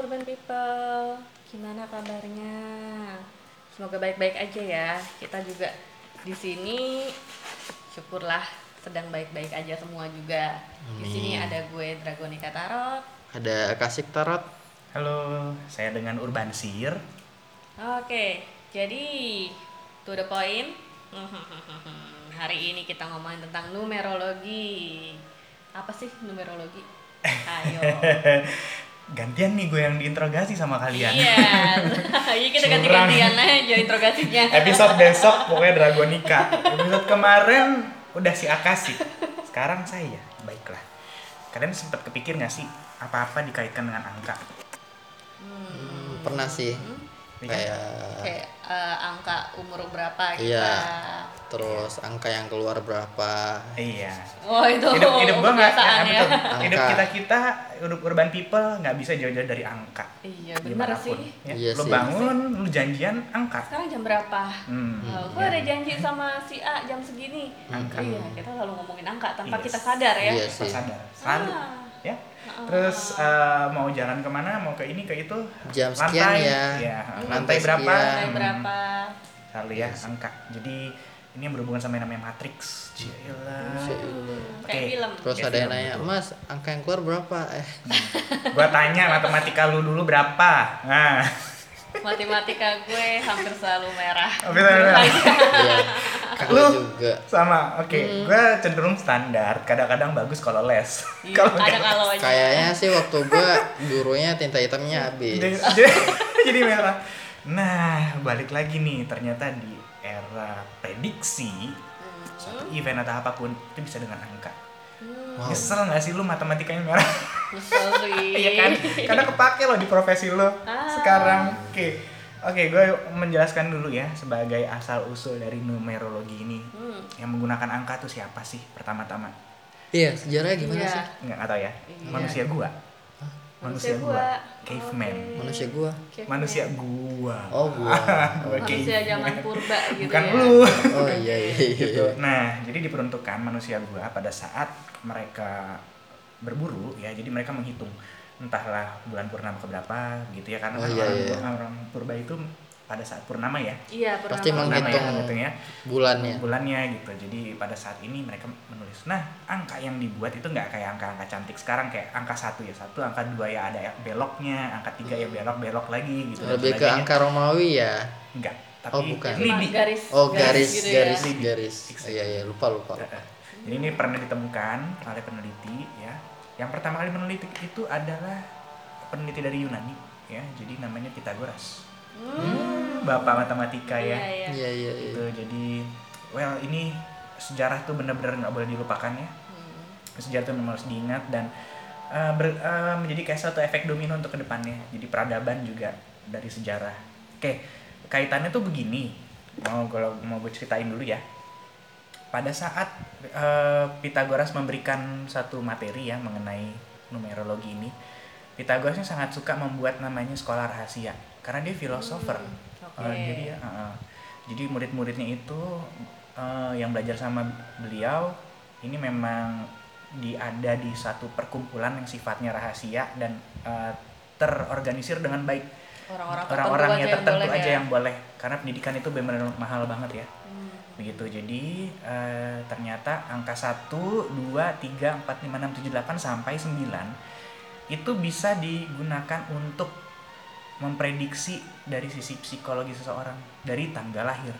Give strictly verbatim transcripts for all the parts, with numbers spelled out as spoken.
Urban People, gimana kabarnya? Semoga baik-baik aja ya. Kita juga di sini, syukurlah sedang baik-baik aja semua juga. Di sini Amin. ada gue Dragonika Tarot. Ada Kasik Tarot. Halo, saya dengan Urban Sir. Oke, jadi to the point. Hari ini kita ngomongin tentang numerologi. Apa sih numerologi? Ayo. Gantian nih gue yang diinterogasi sama kalian. Iya, iya kita Curang. ganti-gantian aja interogasinya. Episode besok pokoknya Dragonika. Episode kemarin udah si Akasih. Sekarang saya. Baiklah. Kalian sempat kepikir gak sih apa-apa dikaitkan dengan angka? Hmm, pernah sih. Iya. Kayak Kayak eh, angka umur berapa kita. iya. Terus angka yang keluar berapa? Iya. Oh itu Hidup hidup gue nggak kebiasaan ya, ya. betul. Hidup Angka. kita kita hidup urban people nggak bisa jauh-jauh dari angka. Iya benar Dimanapun, sih. ya. Iya Lu sih. bangun, lu janjian angka. Sekarang jam berapa? Hmm. Oh, gue iya. ada janji sama si A jam segini. Angka. Iya, kita selalu ngomongin angka tanpa Yes. kita sadar ya. Iya Tanpa sih. sadar. Selalu. Ah. Ya. Ah. Terus eh, mau jalan kemana, mau ke ini ke itu, Jam sekian lantai, ya. ya, Hmm. lantai Lantai berapa, sekian. Lantai Hmm, berapa? selalu ya angka. Jadi ini yang berhubungan sama yang namanya Matrix. Cilah. Hmm, kayak Oke. film. Terus Kayak ada yang film, nanya, betul. "Mas, angka yang keluar berapa?" Eh, Gua tanya matematika lu dulu berapa? Nah, Matematika gue hampir selalu merah. Hampir selalu merah. iya. Aku Lu? juga. sama. Oke, Hmm. gua cenderung standar. Kadang-kadang bagus kalau les. Iya, Kalau ada nggak- kalau aja. Kayaknya sih waktu gua gurunya tinta hitamnya habis. jadi, jadi, jadi merah. Nah, balik lagi nih. Ternyata di era prediksi suatu Hmm. event atau apapun itu bisa dengan angka. Hmm. Wow. Nyesel nggak sih lu matematikanya merah? Nyesel sih. Iya kan? Karena kepake loh di profesi lu Ah. sekarang. Oke, oke, gue menjelaskan dulu ya sebagai asal usul dari numerologi ini. Hmm. Yang menggunakan angka tuh siapa sih pertama-tama? Iya, sejarahnya gimana Iya. sih? Nggak, nggak tahu ya. Iya. Manusia gua. Manusia gua. Caveman. Oke. Manusia gua. Caveman. Manusia gua. Oh, gua. Gua Manusia caveman. zaman purba gitu Bukan ya. lu. Oh iya iya iya. Gitu. Nah, jadi diperuntukkan manusia gua pada saat mereka berburu ya, jadi mereka menghitung entahlah bulan purnama keberapa gitu ya, karena Oh, kan iya, orang, iya. orang purba itu pada saat purnama ya, Iya, pernah Pasti banget. purnama ya, menghitung gitu ya, bulannya. bulannya gitu. Jadi pada saat ini mereka menulis. Nah, angka yang dibuat itu nggak kayak angka-angka cantik sekarang kayak angka satu ya satu, angka dua ya ada beloknya, angka tiga ya belok-belok lagi gitu. dan Lebih ke sebagainya. angka Romawi ya. Enggak, tapi Oh, bukan. Cuma lidi. garis, Oh, garis gitu garis ya. garis. Oh, iya iya, lupa lupa. lupa. Jadi ini pernah ditemukan oleh peneliti ya. Yang pertama kali meneliti itu adalah peneliti dari Yunani ya. Jadi namanya Pythagoras. Hmm. Bapak matematika Iya, ya. iya. Iya iya iya. Gitu. Jadi well ini sejarah tuh benar-benar nggak boleh dilupakan ya. Hmm. Sejarah itu memang harus diingat dan uh, ber- uh, menjadi kayak satu efek domino untuk kedepannya. Jadi peradaban juga dari sejarah. Oke, kaitannya tuh begini. Mau kalau mau gue ceritain dulu ya. Pada saat uh, Pythagoras memberikan satu materi ya mengenai numerologi ini, Pythagorasnya sangat suka membuat namanya sekolah rahasia karena dia filosofer. Hmm, oke. Uh, jadi ya, uh, uh. jadi murid-muridnya itu uh, yang belajar sama beliau ini memang di ada di satu perkumpulan yang sifatnya rahasia dan uh, terorganisir dengan baik. Orang-orang tertentu Orang-orang aja yang yang tertentu boleh aja ya. yang boleh karena pendidikan itu benar-benar mahal banget ya. Hmm. Begitu. Jadi uh, ternyata angka satu, dua, tiga, empat, lima, enam, tujuh, delapan sampai sembilan itu bisa digunakan untuk memprediksi dari sisi psikologi seseorang dari tanggal lahir.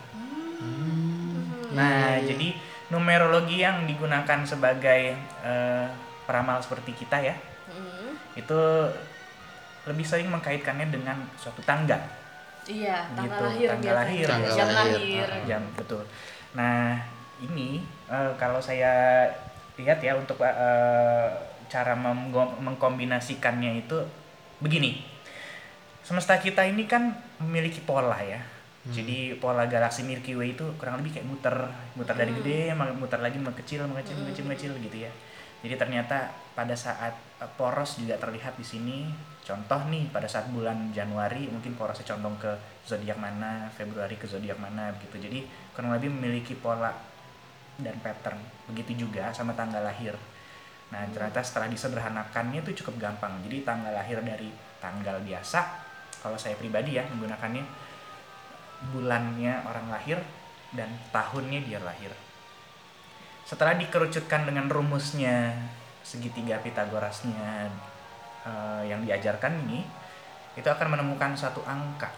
Hmm. Nah, Iya, iya. jadi numerologi yang digunakan sebagai eh, peramal seperti kita ya, Hmm. itu lebih sering mengkaitkannya dengan suatu tanggal, Iya, tanggal Gitu, lahir tanggal biasanya. lahir. Tanggal Jam lahir. lahir. Ah. jam betul. Nah, ini eh, kalau saya lihat ya untuk eh, cara menggo- mengkombinasikannya itu begini. Semesta kita ini kan memiliki pola ya. Hmm. Jadi pola galaksi Milky Way itu kurang lebih kayak muter, muter dari Hmm. gede, muter lagi mengecil, mengecil, Hmm. mengecil, mengecil gitu ya. Jadi ternyata pada saat eh, poros juga terlihat di sini. Contoh nih pada saat bulan Januari mungkin porosnya condong ke zodiak mana, Februari ke zodiak mana begitu. Jadi kurang lebih memiliki pola dan pattern. Begitu juga sama tanggal lahir. Nah, ternyata setelah disederhanakannya itu cukup gampang. Jadi tanggal lahir dari tanggal biasa, kalau saya pribadi ya menggunakannya, bulannya orang lahir dan tahunnya dia lahir. Setelah dikerucutkan dengan rumusnya segitiga Pitagorasnya uh, yang diajarkan ini, itu akan menemukan satu angka.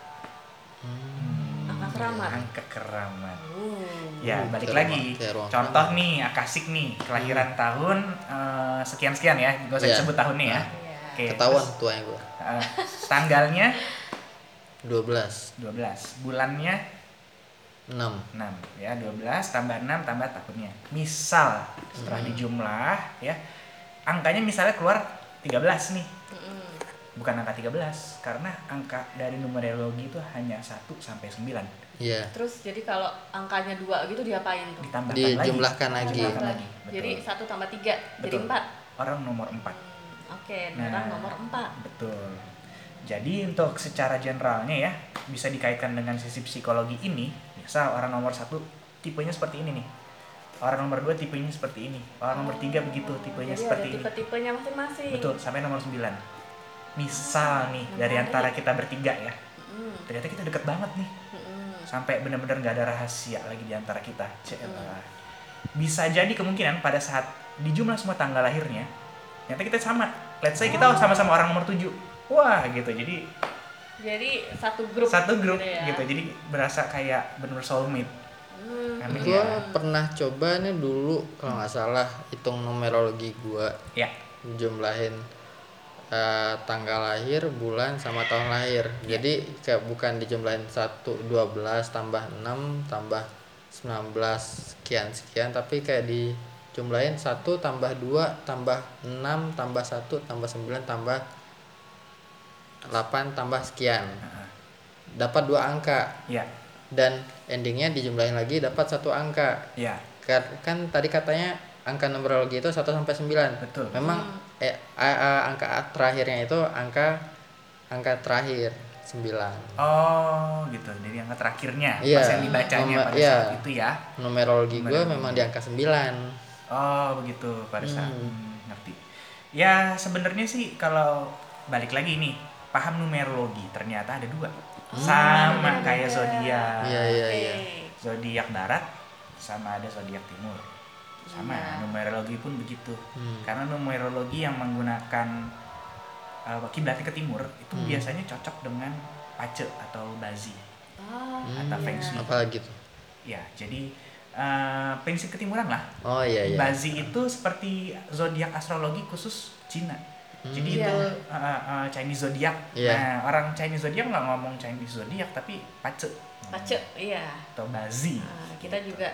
Hmm. Angka keramat. Angka keramat. Uh. Ya, Uh, balik kayak lagi. ruang- kayak ruang Contoh keramat. nih, akasik nih, kelahiran tahun uh, sekian-sekian ya, gak usah Iya. disebut tahunnya ya. Nah. Iya. Oke, Ketahuan terus, tuanya gue. uh, tanggalnya dua belas. dua belas, bulannya enam. enam ya, dua belas tambah enam tambah tahunnya. Misal setelah Hmm. dijumlah ya, angkanya misalnya keluar tiga belas nih. Mm-mm. Bukan angka tiga belas, karena angka dari numerologi itu hanya satu sampai sembilan. Iya. Terus jadi kalau angkanya dua gitu diapain tuh? Ditambahkan lagi. Dijumlahkan lagi. Dijumlahkan lagi. Jadi Betul. satu tambah tiga jadi Betul. empat. Orang nomor empat. Hmm, Oke, Nah. orang nomor empat. Betul. Jadi untuk secara generalnya ya, bisa dikaitkan dengan sisi psikologi ini. Misal orang nomor satu tipenya seperti ini nih. Orang nomor dua tipenya seperti ini. Orang nomor tiga begitu, tipenya Jadi seperti ada ini. tipe-tipenya masing-masing. Betul, sampai nomor sembilan. Misal nih, dari Menarik. antara kita bertiga ya, Mm-mm. ternyata kita deket banget nih. Mm-mm. Sampai benar-benar gak ada rahasia lagi di antara kita. Celah. Bisa jadi kemungkinan pada saat dijumlah semua tanggal lahirnya, ternyata kita sama. Let's say kita Oh. sama-sama orang nomor tujuh. Wah gitu, jadi Jadi satu grup. satu grup gitu, ya. gitu, jadi berasa kayak bener soulmate. Hmm. Amin. Gue Ya. pernah coba nih dulu kalau nggak salah hitung numerologi gue, Ya, jumlahin eh, tanggal lahir, bulan sama tahun lahir. Jadi kayak bukan dijumlahin satu dua belas tambah enam tambah sembilan belas sekian sekian, tapi kayak dijumlahin satu tambah dua tambah enam tambah satu tambah sembilan tambah delapan tambah sekian. Dapat dua angka ya, dan endingnya dijumlahin lagi dapat satu angka. ya, Kan, kan tadi katanya angka numerologi itu satu sampai sembilan. betul. Memang Hmm. eh, a- a- angka terakhirnya itu angka angka terakhir sembilan. Oh gitu, jadi angka terakhirnya Iya. pas yang dibacanya Nomor- pada iya. saat itu ya. Numerologi gue Numerologi. memang di angka sembilan. Oh begitu, pada saat Hmm. hmm, ngerti. Ya sebenarnya sih kalau balik lagi nih, paham numerologi ternyata ada dua. Sama Beda-beda. kayak zodiak. Iya, iya, Oke. iya. Zodiak barat sama ada zodiak timur. Sama, Iya. numerologi pun begitu. Hmm. Karena numerologi yang menggunakan uh, kiblatnya ke timur itu Hmm. biasanya cocok dengan pace atau bazi. Ah, Atau Hmm, feng shui. apalagi tuh? Ya, jadi uh, prinsip ketimuran lah. Oh iya iya. Bazi itu seperti zodiak astrologi khusus Cina. Jadi Iya. itu uh, uh, Chinese zodiak. Iya. Nah, orang Chinese zodiak nggak ngomong Chinese zodiak tapi pace. Pace, iya. Atau bazi. Nah, kita juga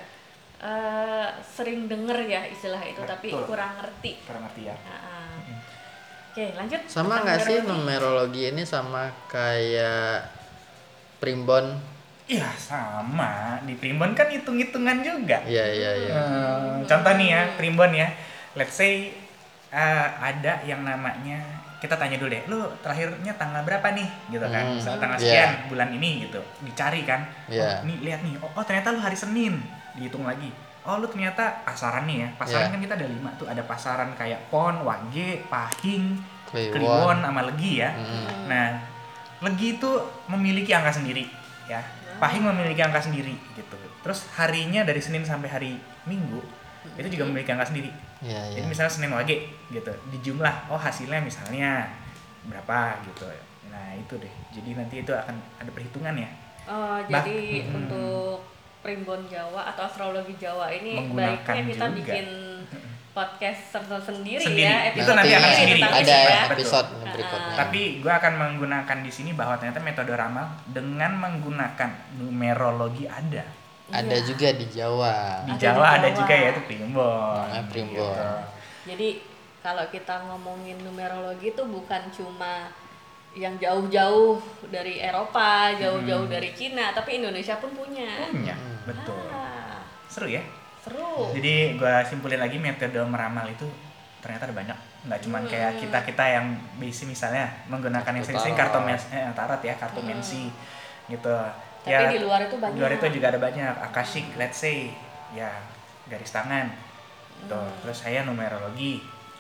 eh, sering denger ya istilah itu, tapi Betul. kurang ngerti. Kurang ngerti ya. Nah, Mm. Oke, lanjut. Sama Tentang nggak sih numerologi. numerologi ini sama kayak primbon? Iya sama, di primbon kan hitung-hitungan juga. Iya iya iya. Eh, contoh nih ya, primbon ya. Let's say eh, ada yang namanya, kita tanya dulu deh, lu terakhirnya tanggal berapa nih? Gitu kan, Hmm, misalnya tanggal iya. sekian bulan ini gitu. Dicari kan, Iya. oh nih lihat nih, oh, oh ternyata lu hari Senin. Dihitung lagi. Oh lu ternyata pasaran nih ya, pasaran Iya. kan kita ada lima tuh, ada pasaran kayak Pon, Wage, Pahing, Kliwon. Kliwon, sama Legi ya. Mm-mm. Nah, Legi itu memiliki angka sendiri ya. Pahing memiliki angka sendiri gitu. Terus harinya dari Senin sampai hari Minggu itu juga memiliki angka sendiri. Iya iya. Jadi misalnya Senin Wage gitu, dijumlah, oh hasilnya misalnya berapa gitu. Nah, itu deh. Jadi nanti itu akan ada perhitungan ya. Oh, Bah- jadi Hmm. untuk primbon Jawa atau astrologi Jawa ini Menggunakan baiknya kita juga. bikin podcast sendiri, Sendiri. ya, Itu nanti akan sendiri. tentang Ada ini ya. episode Betul. berikutnya. Tapi gue akan menggunakan di sini bahwa ternyata metode ramal dengan menggunakan numerologi ada. Ada Iya. juga di Jawa. Di Ada Jawa di ada Jawa. juga ya itu primbon. Namanya primbon. Gitu. Jadi kalau kita ngomongin numerologi itu bukan cuma yang jauh-jauh dari Eropa, jauh-jauh Hmm. dari Cina, tapi Indonesia pun punya. Punya, Hmm. betul. Ah, Seru ya. seru. Jadi gue simpulin lagi metode meramal itu ternyata ada banyak. Nggak cuma Hmm. kayak kita-kita yang basic misalnya menggunakan yang Kartu sering-sering tarot. kartu mes eh, tarot ya, kartu mensi gitu. Tapi Ya, di luar itu banyak. di luar itu juga ada banyak. Akashic, let's say, ya garis tangan. Tuh. Hmm. Terus saya numerologi.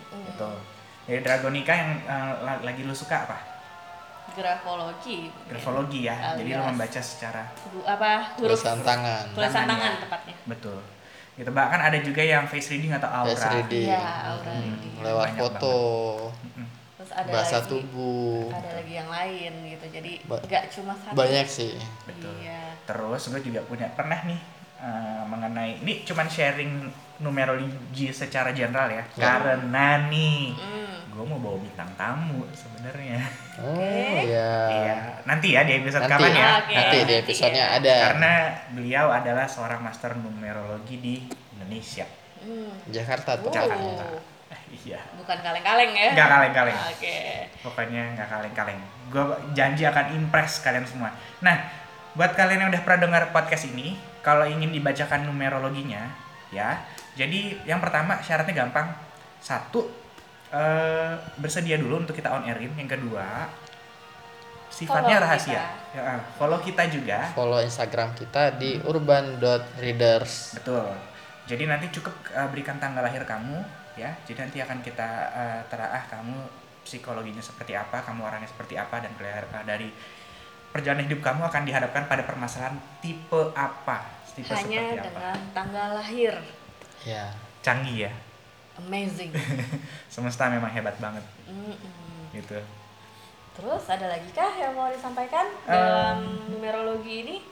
Mm-mm. Gitu. Dari Dragonica yang uh, la- lagi lu suka apa? Grafologi. Grafologi ya. Alias Jadi lu membaca secara hu- apa huruf Tulisan tangan. tulisan Tangan, tangan ya. tepatnya. betul. Gitu. Bahkan ada juga yang face reading atau aura. Face reading. Iya, aura Hmm, reading. lewat Banyak foto, Mm-mm. Terus ada bahasa lagi tubuh. ada lagi yang lain gitu. Jadi Ba- nggak cuma satu. Banyak sih. Betul. Iya. Terus gue juga punya pernah nih uh, mengenai ini cuman sharing numerologi secara general ya. Ya. Karena nih Hmm. gue mau bawa bintang tamu sebenarnya. Oh Oke. ya. Iya, nanti ya di episode Nanti, kapan ya? Oke. nanti di Nanti episodenya ya. ada. Karena beliau adalah seorang master numerologi di Indonesia. Hmm. Jakarta tuh. Oh. Jakarta. Iya. Bukan kaleng-kaleng ya? Nggak kaleng-kaleng. Oke. Pokoknya nggak kaleng-kaleng. Gue janji akan impress kalian semua. Nah, buat kalian yang udah pernah dengar podcast ini, kalau ingin dibacakan numerologinya, ya. Jadi yang pertama syaratnya gampang. Satu, eh, bersedia dulu untuk kita on airin. Yang kedua, sifatnya Follow rahasia. kita. Ya, follow kita juga. Follow Instagram kita di urban dot readers. Betul. Jadi nanti cukup uh, berikan tanggal lahir kamu, ya. Jadi nanti akan kita uh, telaah kamu psikologinya seperti apa, kamu orangnya seperti apa, dan uh, dari perjalanan hidup kamu akan dihadapkan pada permasalahan tipe apa, tipe seperti Hanya apa. dengan tanggal lahir. Ya. Canggih ya. Amazing. Semesta memang hebat banget, Mm-mm. gitu. Terus ada lagi kah yang mau disampaikan Um, dalam numerologi ini?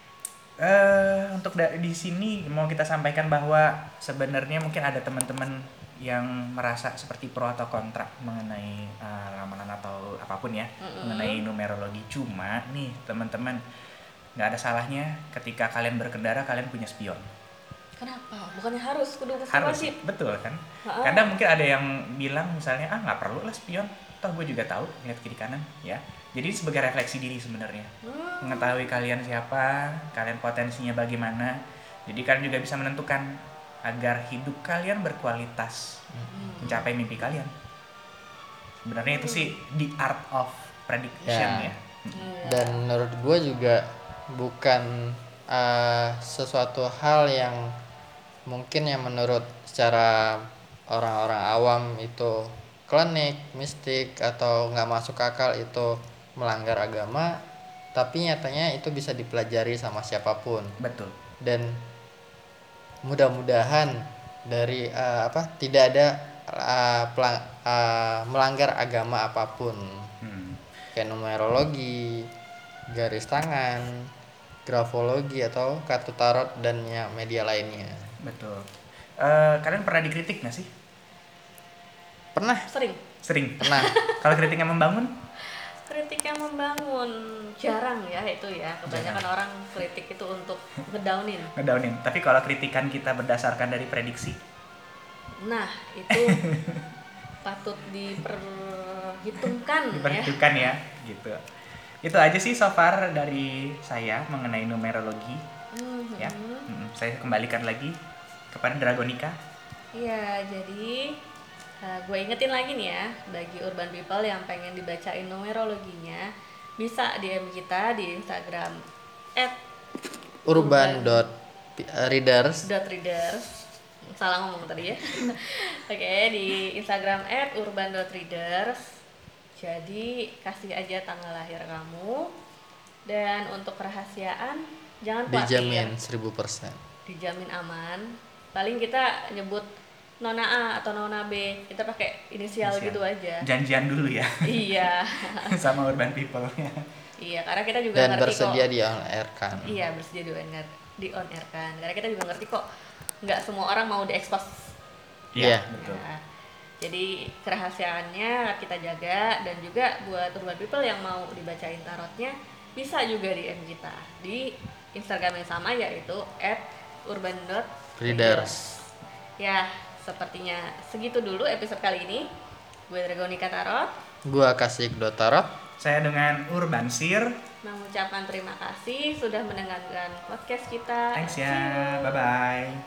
Eh, untuk da- di sini mau kita sampaikan bahwa sebenarnya mungkin ada teman-teman yang merasa seperti pro atau kontra mengenai uh, ramalan atau apapun ya, Mm-mm. mengenai numerologi. Cuma nih teman-teman, nggak ada salahnya ketika kalian berkendara kalian punya spion. Kenapa? Bukannya harus kudu mesti Harus, wajib? betul kan? Ha-ha. Kadang mungkin ada yang bilang misalnya ah nggak perlu lah spion, toh gue juga tahu lihat kiri kanan, ya. Jadi sebagai refleksi diri sebenarnya. Hmm. Mengetahui kalian siapa, kalian potensinya bagaimana. Jadi kalian juga bisa menentukan agar hidup kalian berkualitas, Hmm. mencapai mimpi kalian. Sebenarnya itu sih the art of prediction Ya. ya. Iya. Dan menurut gue juga bukan uh, sesuatu hal yang mungkin yang menurut secara orang-orang awam itu klinik, mistik atau nggak masuk akal itu melanggar agama, tapi nyatanya itu bisa dipelajari sama siapapun. Betul. Dan mudah-mudahan dari uh, apa tidak ada uh, pelang- uh, melanggar agama apapun, Hmm. kayak numerologi, garis tangan, grafologi atau kartu tarot dan ya, media lainnya. Betul. Eh, kalian pernah dikritik nggak sih? Pernah, Sering. Sering. pernah. Kalau kritik yang membangun? Kritik yang membangun jarang ya itu ya. Kebanyakan orang kritik itu untuk ngedownin. Ngedownin. Tapi kalau kritikan kita berdasarkan dari prediksi, Nah, itu patut diperhitungkan ya. diperhitungkan ya, gitu. Itu aja sih so far dari saya mengenai numerologi. Mhm. Ya. Mm, saya kembalikan lagi kepada Dragonica. Iya, jadi uh, gue ingetin lagi nih ya, bagi urban people yang pengen dibacain numerologinya, bisa D M kita di Instagram at urban dot readers. dot readers. Salah ngomong tadi ya. Oke, di Instagram at urban dot readers. Jadi kasih aja tanggal lahir kamu, dan untuk kerahasiaan jangan khawatir, Dijamin seribu persen. dijamin aman. Paling kita nyebut Nona A atau Nona B, kita pakai inisial, Inisial. gitu aja. Janjian dulu ya Iya. sama urban people. Iya, karena kita juga Dan ngerti bersedia kok. di on air kan. Iya, bersedia di on air, di on air kan. Karena kita juga ngerti kok, nggak semua orang mau diekspos. Iya. Betul. Ya. Jadi kerahasiaannya kita jaga, dan juga buat urban people yang mau dibacain tarotnya bisa juga di D M kita di Instagram yang sama, yaitu at urban dot readers. Ya, sepertinya segitu dulu episode kali ini. Gue Dragonica Tarot Gua kasih dot tarot. Saya dengan Urban Sir. mengucapkan terima kasih sudah mendengarkan podcast kita. Thanks See ya. you. Bye bye.